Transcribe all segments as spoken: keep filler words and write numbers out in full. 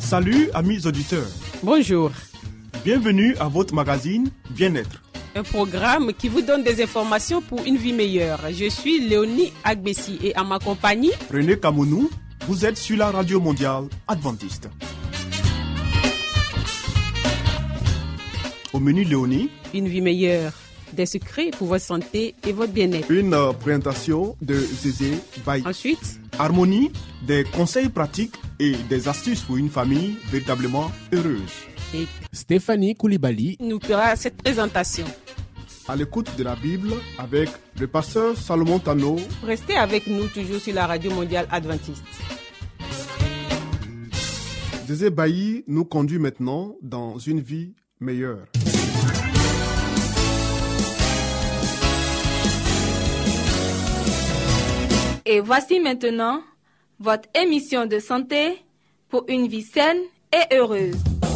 Salut amis auditeurs. Bonjour. Bienvenue à votre magazine Bien-être. Un programme qui vous donne des informations pour une vie meilleure. Je suis Léonie Agbessi et à ma compagnie, René Kamounou, vous êtes sur la radio mondiale adventiste. Au menu Léonie, une vie meilleure, des secrets pour votre santé et votre bien-être. Une euh, présentation de Zézé Baye. Ensuite, Harmonie, des conseils pratiques et des astuces pour une famille véritablement heureuse. et Stéphanie Koulibaly nous fera cette présentation. À l'écoute de la Bible avec le pasteur Salomon Tano. Restez avec nous toujours sur la radio mondiale adventiste. Zézé Baye nous conduit maintenant dans une vie meilleure. Et voici maintenant votre émission de santé pour une vie saine et heureuse.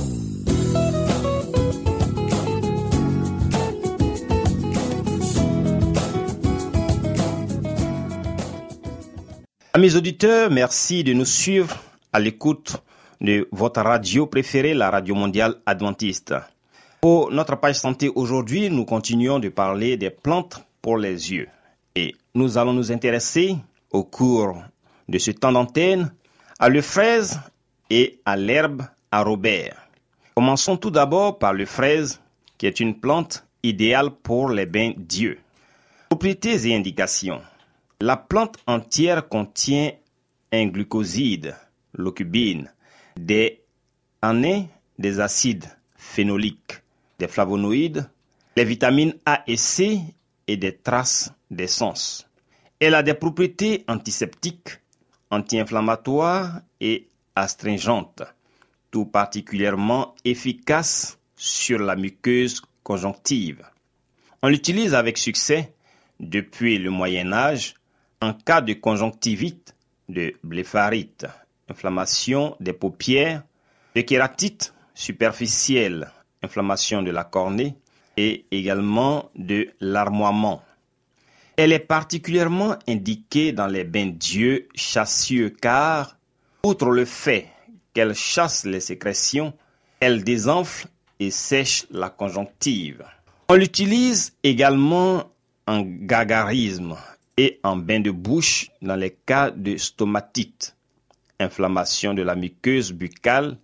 Amis auditeurs, merci de nous suivre à l'écoute de votre radio préférée, la Radio Mondiale Adventiste. Pour notre page santé aujourd'hui, nous continuons de parler des plantes pour les yeux. Et nous allons nous intéresser au cours de ce temps d'antenne à le fraise et à l'herbe à Robert. Commençons tout d'abord par le fraise, qui est une plante idéale pour les bains d'yeux. Propriétés et indications. La plante entière contient un glucoside, l'ocubine, des années, des acides phénoliques, des flavonoïdes, les vitamines A et C et des traces d'essence. Elle a des propriétés antiseptiques, anti-inflammatoires et astringentes, tout particulièrement efficaces sur la muqueuse conjonctive. On l'utilise avec succès depuis le Moyen Âge en cas de conjonctivite, de blépharite, inflammation des paupières, de kératite superficielle, inflammation de la cornée et également de larmoiement. Elle est particulièrement indiquée dans les bains d'yeux chassieux car, outre le fait qu'elle chasse les sécrétions, elle désenfle et sèche la conjonctive. On l'utilise également en gargarisme et en bain de bouche dans les cas de stomatite, inflammation de la muqueuse buccale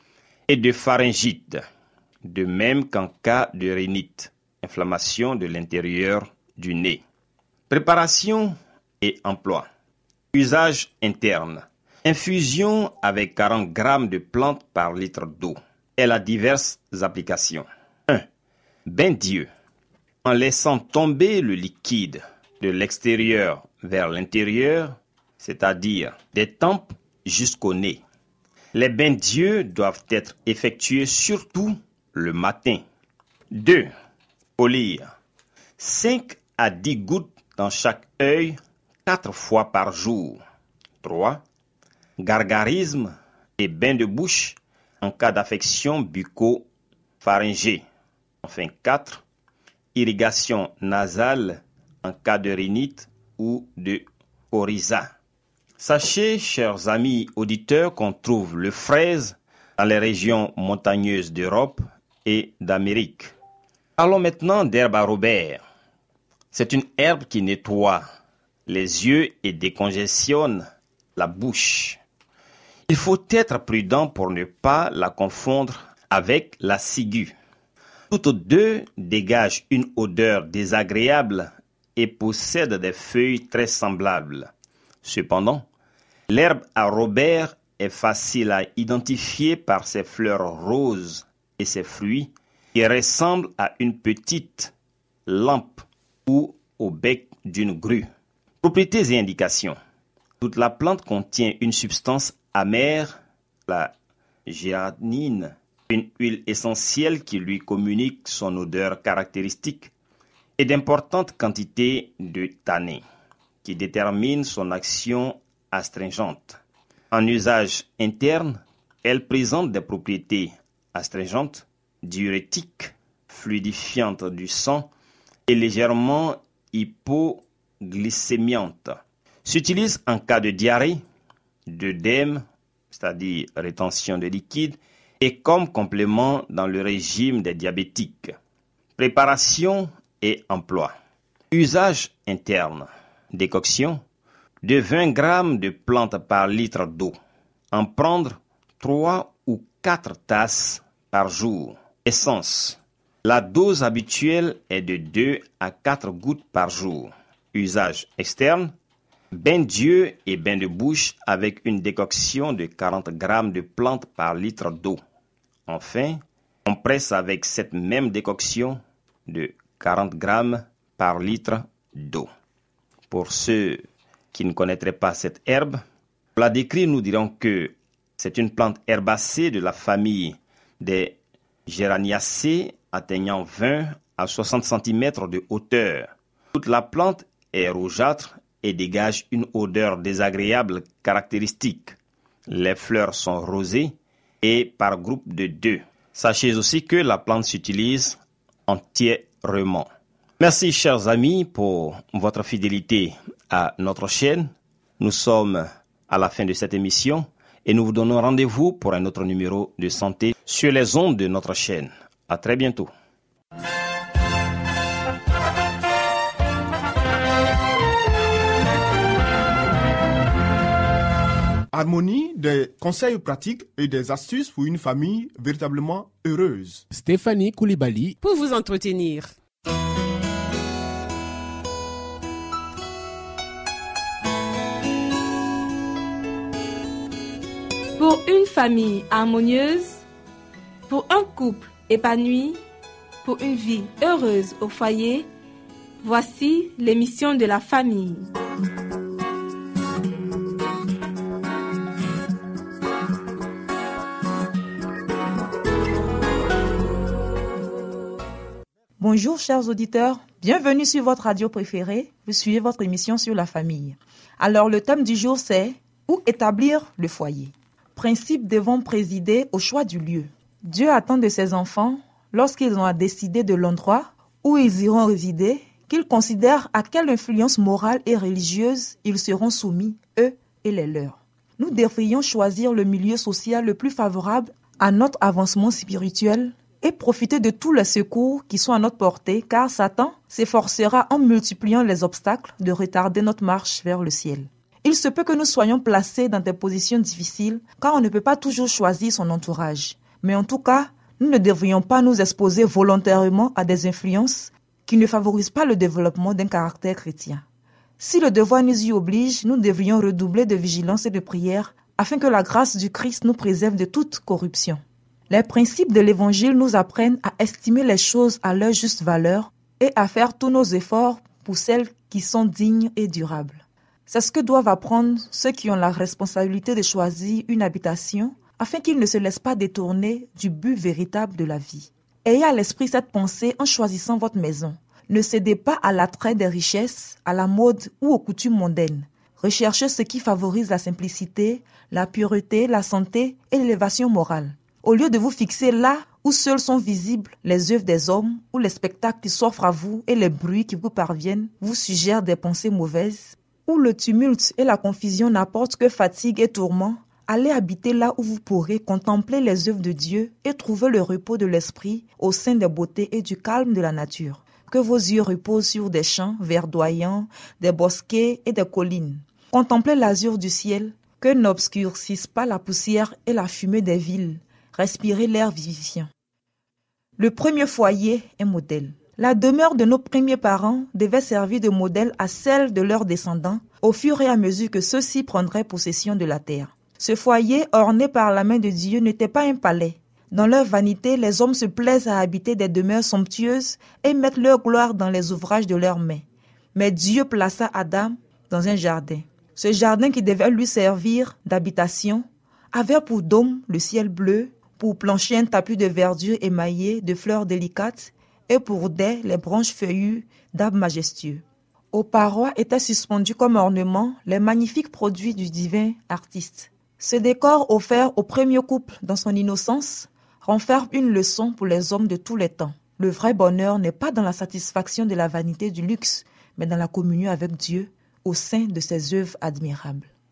et de pharyngite, de même qu'en cas de rhinite, inflammation de l'intérieur du nez. Préparation et emploi. Usage interne. Infusion avec quarante grammes de plantes par litre d'eau. Elle a diverses applications. un. Bain d'yeux. En laissant tomber le liquide de l'extérieur vers l'intérieur, c'est-à-dire des tempes jusqu'au nez. Les bains d'yeux doivent être effectués surtout le matin. deux. Polir. cinq à dix gouttes dans chaque œil, quatre fois par jour. trois. Gargarisme et bain de bouche en cas d'affection bucco-pharyngée. Enfin quatre. Irrigation nasale en cas de rhinite ou de coryza. Sachez, chers amis auditeurs, qu'on trouve le fraise dans les régions montagneuses d'Europe et d'Amérique. Parlons maintenant d'herbe à Robert. C'est une herbe qui nettoie les yeux et décongestionne la bouche. Il faut être prudent pour ne pas la confondre avec la ciguë. Toutes deux dégagent une odeur désagréable et possèdent des feuilles très semblables. Cependant, l'herbe à Robert est facile à identifier par ses fleurs roses et ses fruits qui ressemblent à une petite lampe ou au bec d'une grue. Propriétés et indications. Toute la plante contient une substance amère, la géanine, une huile essentielle qui lui communique son odeur caractéristique et d'importantes quantités de tanins qui déterminent son action astringente. En usage interne, elle présente des propriétés astringentes, diurétiques, fluidifiantes du sang et légèrement hypoglycémiantes. S'utilise en cas de diarrhée, d'œdème c'est-à-dire rétention de liquide, et comme complément dans le régime des diabétiques. Préparation et emploi. Usage interne. Décoction de vingt grammes de plantes par litre d'eau. En prendre trois ou quatre tasses par jour. Essence. La dose habituelle est de deux à quatre gouttes par jour. Usage externe. Bain d'yeux et bain de bouche avec une décoction de quarante grammes de plantes par litre d'eau. Enfin, compresse avec cette même décoction de quarante grammes par litre d'eau. Pour ceux qui ne connaîtraient pas cette herbe, pour la décrire, nous dirons que c'est une plante herbacée de la famille des Geraniacées atteignant vingt à soixante centimètres de hauteur. Toute la plante est rougeâtre et dégage une odeur désagréable caractéristique. Les fleurs sont rosées et par groupe de deux. Sachez aussi que la plante s'utilise entièrement. Merci chers amis pour votre fidélité à notre chaîne. Nous sommes à la fin de cette émission et nous vous donnons rendez-vous pour un autre numéro de santé sur les ondes de notre chaîne. À très bientôt. Harmonie, des conseils pratiques et des astuces pour une famille véritablement heureuse. Stéphanie Koulibaly pour vous entretenir. Pour une famille harmonieuse, pour un couple épanoui, pour une vie heureuse au foyer, voici l'émission de la famille. Bonjour chers auditeurs, bienvenue sur votre radio préférée, vous suivez votre émission sur la famille. Alors le thème du jour c'est « Où établir le foyer ?» Principes devant présider au choix du lieu. Dieu attend de ses enfants, lorsqu'ils ont à décider de l'endroit où ils iront résider, qu'ils considèrent à quelle influence morale et religieuse ils seront soumis, eux et les leurs. Nous devrions choisir le milieu social le plus favorable à notre avancement spirituel et profiter de tous les secours qui sont à notre portée, car Satan s'efforcera en multipliant les obstacles de retarder notre marche vers le ciel. Il se peut que nous soyons placés dans des positions difficiles, car on ne peut pas toujours choisir son entourage. Mais en tout cas, nous ne devrions pas nous exposer volontairement à des influences qui ne favorisent pas le développement d'un caractère chrétien. Si le devoir nous y oblige, nous devrions redoubler de vigilance et de prière afin que la grâce du Christ nous préserve de toute corruption. Les principes de l'Évangile nous apprennent à estimer les choses à leur juste valeur et à faire tous nos efforts pour celles qui sont dignes et durables. C'est ce que doivent apprendre ceux qui ont la responsabilité de choisir une habitation afin qu'ils ne se laissent pas détourner du but véritable de la vie. Ayez à l'esprit cette pensée en choisissant votre maison. Ne cédez pas à l'attrait des richesses, à la mode ou aux coutumes mondaines. Recherchez ce qui favorise la simplicité, la pureté, la santé et l'élévation morale. Au lieu de vous fixer là où seuls sont visibles les œuvres des hommes, où les spectacles qui s'offrent à vous et les bruits qui vous parviennent vous suggèrent des pensées mauvaises, où le tumulte et la confusion n'apportent que fatigue et tourment, allez habiter là où vous pourrez contempler les œuvres de Dieu et trouver le repos de l'esprit au sein des beautés et du calme de la nature. Que vos yeux reposent sur des champs verdoyants, des bosquets et des collines. Contemplez l'azur du ciel, que n'obscurcissent pas la poussière et la fumée des villes. Respirez l'air vivifiant. Le premier foyer est modèle. La demeure de nos premiers parents devait servir de modèle à celle de leurs descendants au fur et à mesure que ceux-ci prendraient possession de la terre. Ce foyer, orné par la main de Dieu, n'était pas un palais. Dans leur vanité, les hommes se plaisent à habiter des demeures somptueuses et mettent leur gloire dans les ouvrages de leurs mains. Mais Dieu plaça Adam dans un jardin. Ce jardin qui devait lui servir d'habitation avait pour dôme le ciel bleu, pour plancher un tapis de verdure émaillé de fleurs délicates et pour dais les branches feuillues d'arbres majestueux. Aux parois étaient suspendus comme ornements les magnifiques produits du divin artiste. Ce décor offert au premier couple dans son innocence renferme une leçon pour les hommes de tous les temps. Le vrai bonheur n'est pas dans la satisfaction de la vanité du luxe, mais dans la communion avec Dieu au sein de ses œuvres admirables.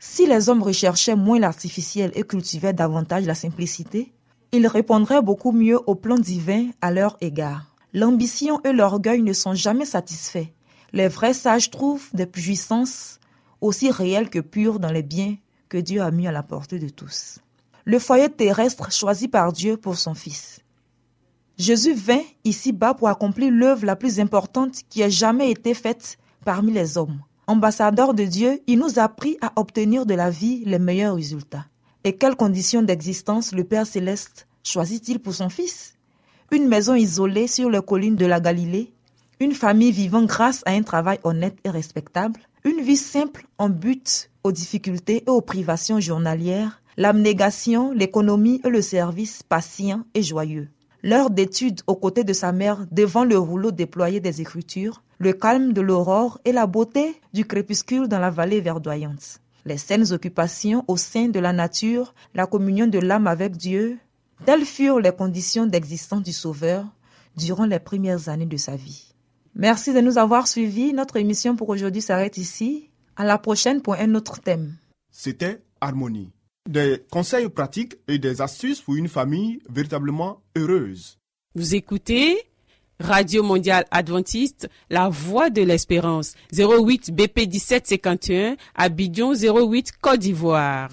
Si les hommes recherchaient moins l'artificiel et cultivaient davantage la simplicité, ils répondraient beaucoup mieux au plan divin à leur égard. L'ambition et l'orgueil ne sont jamais satisfaits. Les vrais sages trouvent des puissances aussi réelles que pures dans les biens que Dieu a mis à la portée de tous. Le foyer terrestre choisi par Dieu pour son Fils. Jésus vint ici-bas pour accomplir l'œuvre la plus importante qui ait jamais été faite parmi les hommes. Ambassadeur de Dieu, il nous a appris à obtenir de la vie les meilleurs résultats. Et quelles conditions d'existence le Père Céleste choisit-il pour son Fils? Une maison isolée sur les collines de la Galilée, une famille vivant grâce à un travail honnête et respectable, une vie simple en but aux difficultés et aux privations journalières, l'abnégation, l'économie et le service patient et joyeux. L'heure d'étude aux côtés de sa mère devant le rouleau déployé des Écritures, le calme de l'aurore et la beauté du crépuscule dans la vallée verdoyante. Les saines occupations au sein de la nature, la communion de l'âme avec Dieu, telles furent les conditions d'existence du Sauveur durant les premières années de sa vie. Merci de nous avoir suivis. Notre émission pour aujourd'hui s'arrête ici. À la prochaine pour un autre thème. C'était Harmonie. Des conseils pratiques et des astuces pour une famille véritablement heureuse. Vous écoutez Radio Mondiale Adventiste, la voix de l'espérance, zéro huit B P dix-sept cinquante et un, Abidjan zéro huit, Côte d'Ivoire.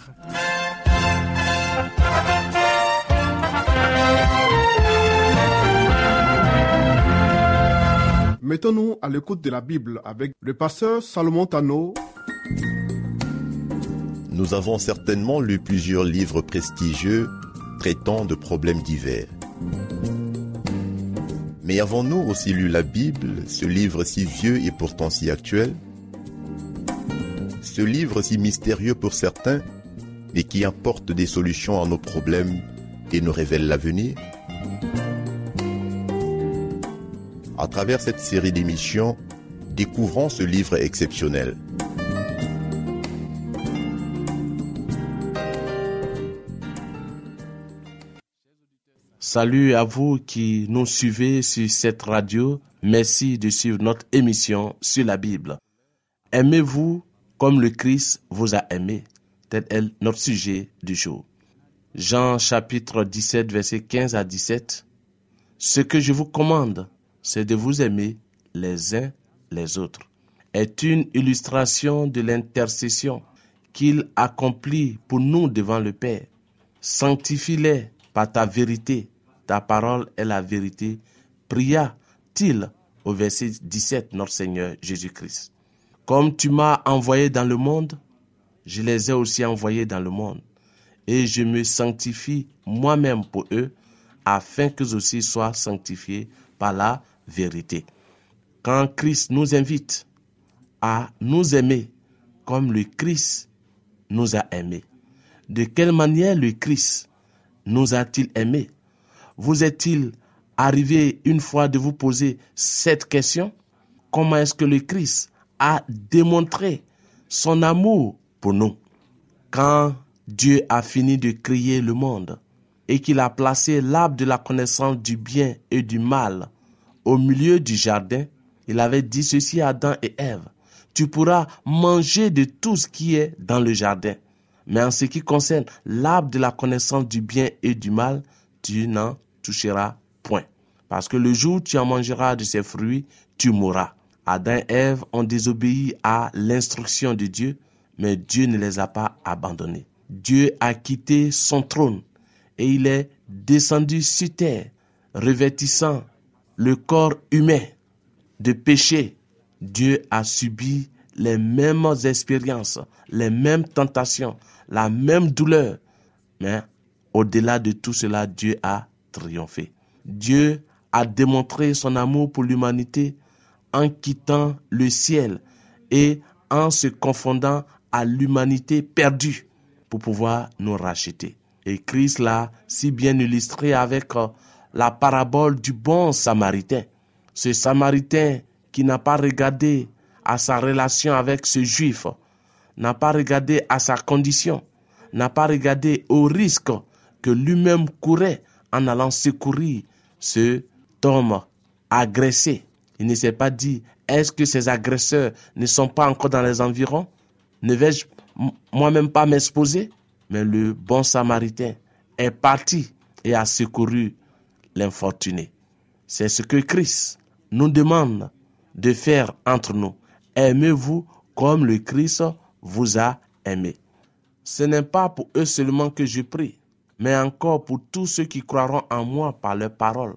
Mettons-nous à l'écoute de la Bible avec le pasteur Salomon Tano. Nous avons certainement lu plusieurs livres prestigieux traitant de problèmes divers. Mais avons-nous aussi lu la Bible, ce livre si vieux et pourtant si actuel? Ce livre si mystérieux pour certains, mais qui apporte des solutions à nos problèmes et nous révèle l'avenir? À travers cette série d'émissions, découvrons ce livre exceptionnel. Salut à vous qui nous suivez sur cette radio. Merci de suivre notre émission sur la Bible. Aimez-vous comme le Christ vous a aimé. Tel est notre sujet du jour. Jean chapitre dix-sept, versets quinze à dix-sept. Ce que je vous commande, c'est de vous aimer les uns les autres. Est une illustration de l'intercession qu'il accomplit pour nous devant le Père. Sanctifie-les par ta vérité. Ta parole est la vérité, pria-t-il au verset dix-sept, notre Seigneur Jésus-Christ. Comme tu m'as envoyé dans le monde, je les ai aussi envoyés dans le monde. Et je me sanctifie moi-même pour eux, afin qu'eux aussi soient sanctifiés par la vérité. Quand Christ nous invite à nous aimer comme le Christ nous a aimés, de quelle manière le Christ nous a-t-il aimés? Vous est-il arrivé une fois de vous poser cette question? Comment est-ce que le Christ a démontré son amour pour nous? Quand Dieu a fini de créer le monde et qu'il a placé l'arbre de la connaissance du bien et du mal au milieu du jardin, il avait dit ceci à Adam et Ève: tu pourras manger de tout ce qui est dans le jardin, mais en ce qui concerne l'arbre de la connaissance du bien et du mal, tu n'en toucheras point. Parce que le jour où tu en mangeras de ses fruits, tu mourras. Adam et Ève ont désobéi à l'instruction de Dieu, mais Dieu ne les a pas abandonnés. Dieu a quitté son trône et il est descendu sur terre, revêtissant le corps humain de péché. Dieu a subi les mêmes expériences, les mêmes tentations, la même douleur, mais au-delà de tout cela, Dieu a triomphé. Dieu a démontré son amour pour l'humanité en quittant le ciel et en se confondant à l'humanité perdue pour pouvoir nous racheter. Et Christ l'a si bien illustré avec la parabole du bon samaritain. Ce samaritain qui n'a pas regardé à sa relation avec ce juif, n'a pas regardé à sa condition, n'a pas regardé au risque que lui-même courait en allant secourir cet homme agressé. Il ne s'est pas dit, est-ce que ces agresseurs ne sont pas encore dans les environs? Ne vais-je moi-même pas m'exposer, mais le bon samaritain est parti et a secouru l'infortuné. C'est ce que Christ nous demande de faire entre nous. Aimez-vous comme le Christ vous a aimé. Ce n'est pas pour eux seulement que je prie, mais encore pour tous ceux qui croiront en moi par leur parole,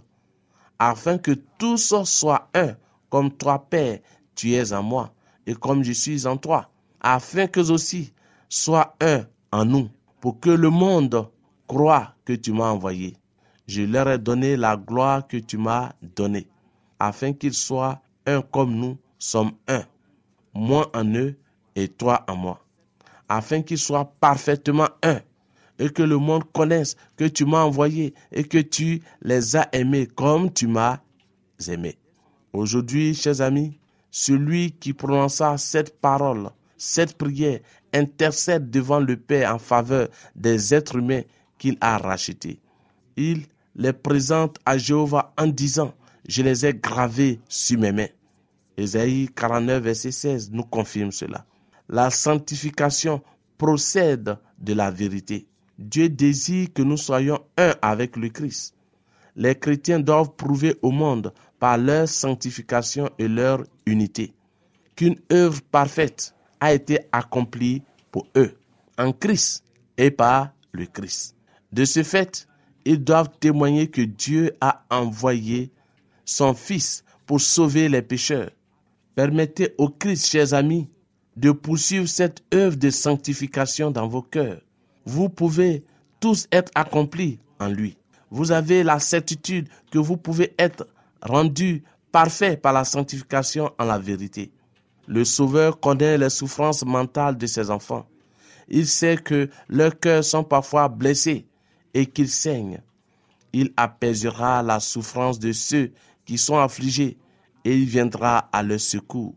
afin que tous soient un, comme toi, Père, tu es en moi, et comme je suis en toi, afin qu'eux aussi soient un en nous, pour que le monde croie que tu m'as envoyé. Je leur ai donné la gloire que tu m'as donnée, afin qu'ils soient un comme nous sommes un, moi en eux et toi en moi, afin qu'ils soient parfaitement un, et que le monde connaisse que tu m'as envoyé et que tu les as aimés comme tu m'as aimé. Aujourd'hui, chers amis, celui qui prononça cette parole, cette prière, intercède devant le Père en faveur des êtres humains qu'il a rachetés. Il les présente à Jéhovah en disant, je les ai gravés sur mes mains. Ésaïe quarante-neuf, verset seize nous confirme cela. La sanctification procède de la vérité. Dieu désire que nous soyons un avec le Christ. Les chrétiens doivent prouver au monde par leur sanctification et leur unité qu'une œuvre parfaite a été accomplie pour eux, en Christ et par le Christ. De ce fait, ils doivent témoigner que Dieu a envoyé son Fils pour sauver les pécheurs. Permettez au Christ, chers amis, de poursuivre cette œuvre de sanctification dans vos cœurs. Vous pouvez tous être accomplis en lui. Vous avez la certitude que vous pouvez être rendus parfaits par la sanctification en la vérité. Le Sauveur connaît les souffrances mentales de ses enfants. Il sait que leurs cœurs sont parfois blessés et qu'ils saignent. Il apaisera la souffrance de ceux qui sont affligés et il viendra à leur secours.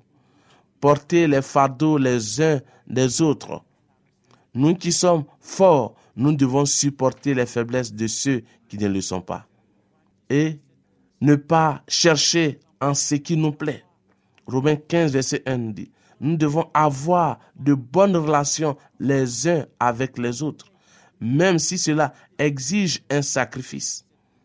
Portez les fardeaux les uns des autres. Nous qui sommes forts, nous devons supporter les faiblesses de ceux qui ne le sont pas. Et ne pas chercher en ce qui nous plaît. Romains quinze, verset un nous dit, nous devons avoir de bonnes relations les uns avec les autres, même si cela exige un sacrifice.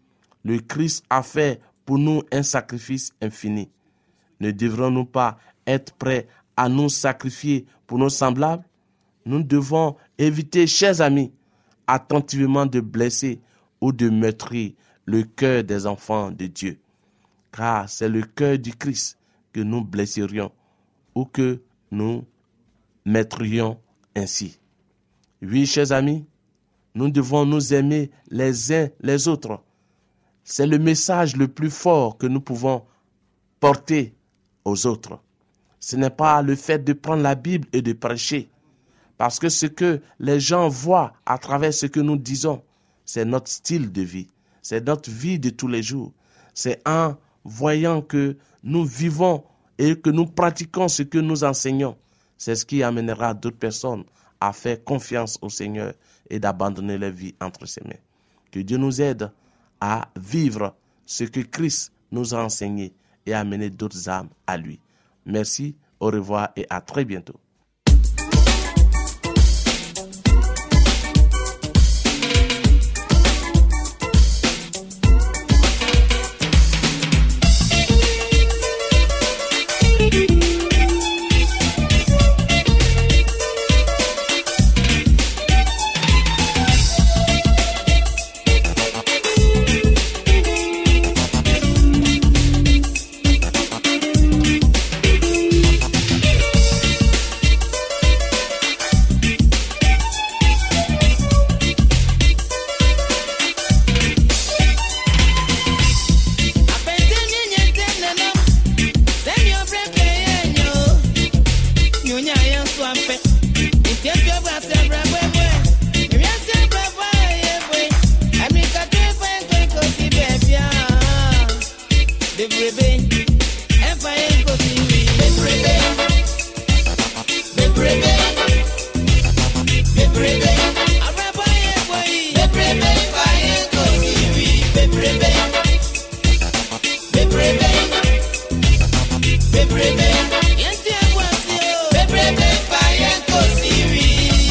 Le Christ a fait pour nous un sacrifice infini. Ne devrons-nous pas être prêts à nous sacrifier pour nos semblables? Nous devons éviter, chers amis, attentivement de blesser ou de meurtrir le cœur des enfants de Dieu. Car c'est le cœur du Christ que nous blesserions ou que nous mettrions ainsi. Oui, chers amis, nous devons nous aimer les uns les autres. C'est le message le plus fort que nous pouvons porter aux autres. Ce n'est pas le fait de prendre la Bible et de prêcher, parce que ce que les gens voient à travers ce que nous disons, c'est notre style de vie, c'est notre vie de tous les jours. C'est en voyant que nous vivons et que nous pratiquons ce que nous enseignons, c'est ce qui amènera d'autres personnes à faire confiance au Seigneur et d'abandonner leur vie entre ses mains. Que Dieu nous aide à vivre ce que Christ nous a enseigné et à amener d'autres âmes à lui. Merci, au revoir et à très bientôt. Baby,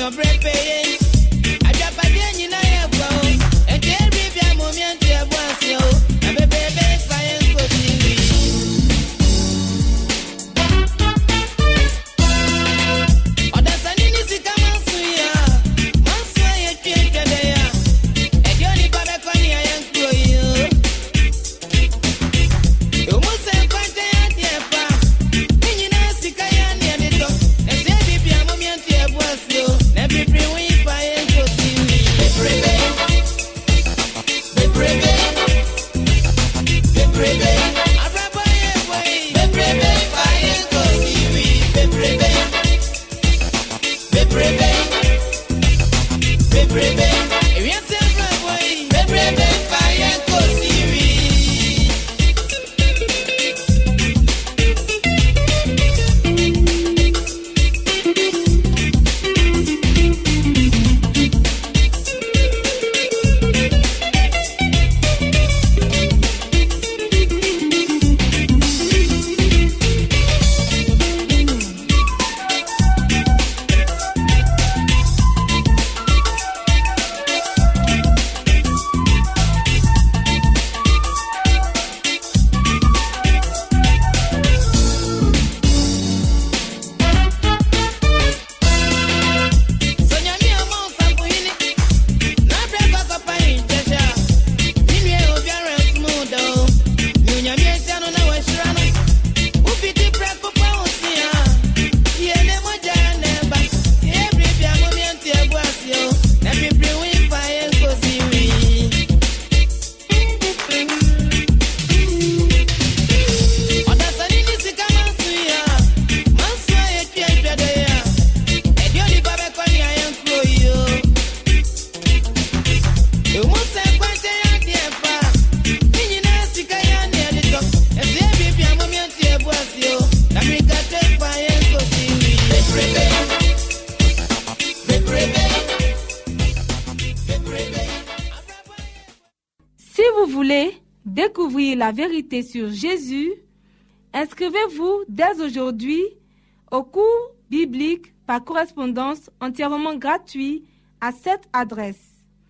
Découvrir la vérité sur Jésus, inscrivez-vous dès aujourd'hui au cours biblique par correspondance entièrement gratuit à cette adresse.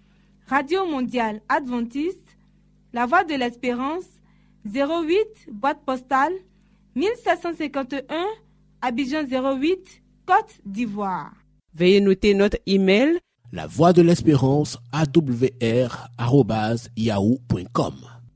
Radio Mondiale Adventiste, La Voix de l'Espérance, zéro huit, boîte postale, mille sept cent cinquante et un, Abidjan zéro huit, Côte d'Ivoire. Veuillez noter notre email, la voix de l'espérance A W R arobase yahoo point com.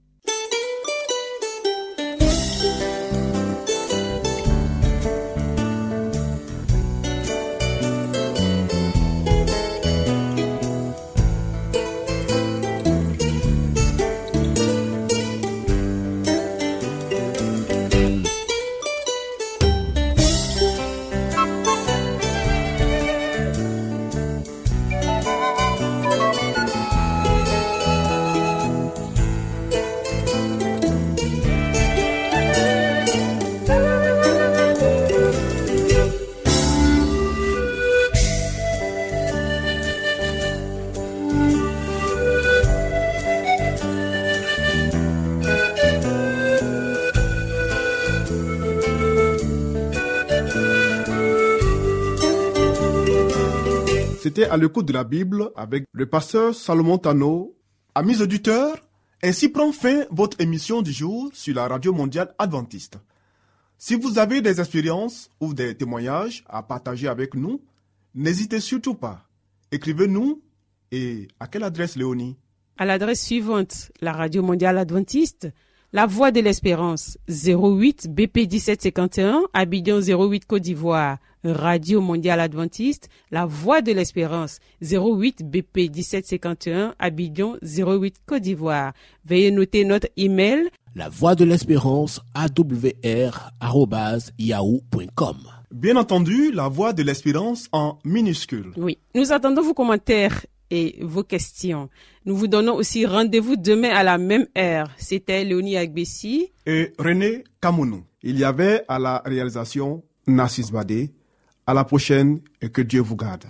C'était à l'écoute de la Bible avec le pasteur Salomon Tano. Amis auditeurs, ainsi prend fin votre émission du jour sur la Radio Mondiale Adventiste. Si vous avez des expériences ou des témoignages à partager avec nous, n'hésitez surtout pas. Écrivez-nous et à quelle adresse, Léonie? À l'adresse suivante, la Radio Mondiale Adventiste, La Voix de l'Espérance, zéro huit B P dix-sept cinquante et un, Abidjan zéro huit Côte d'Ivoire. Radio Mondiale Adventiste, La Voix de l'Espérance, zéro huit B P dix-sept cinquante et un, Abidjan zéro huit Côte d'Ivoire. Veuillez noter notre email, La Voix de l'Espérance A W R arobase yahoo point com. Bien entendu, La Voix de l'Espérance en minuscule. Oui, nous attendons vos commentaires et vos questions. Nous vous donnons aussi rendez-vous demain à la même heure. C'était Léonie Agbessi et René Kamounou. Il y avait à la réalisation Narcisse Badé. À la prochaine et que Dieu vous garde.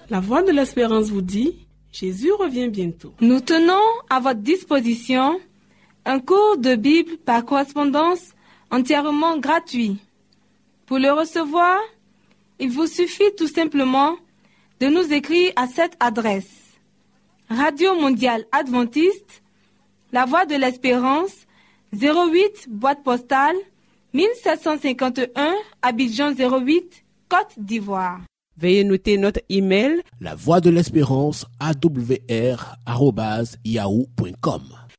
La Voix de l'Espérance vous dit, Jésus revient bientôt. Nous tenons à votre disposition un cours de Bible par correspondance entièrement gratuit. Pour le recevoir, il vous suffit tout simplement de nous écrire à cette adresse. Radio Mondiale Adventiste, La Voix de l'Espérance, zéro huit, boîte postale, mille sept cent cinquante et un, Abidjan zéro huit, Côte d'Ivoire. Veuillez noter notre email La Voix de l'Espérance A W R arobase yahoo point com.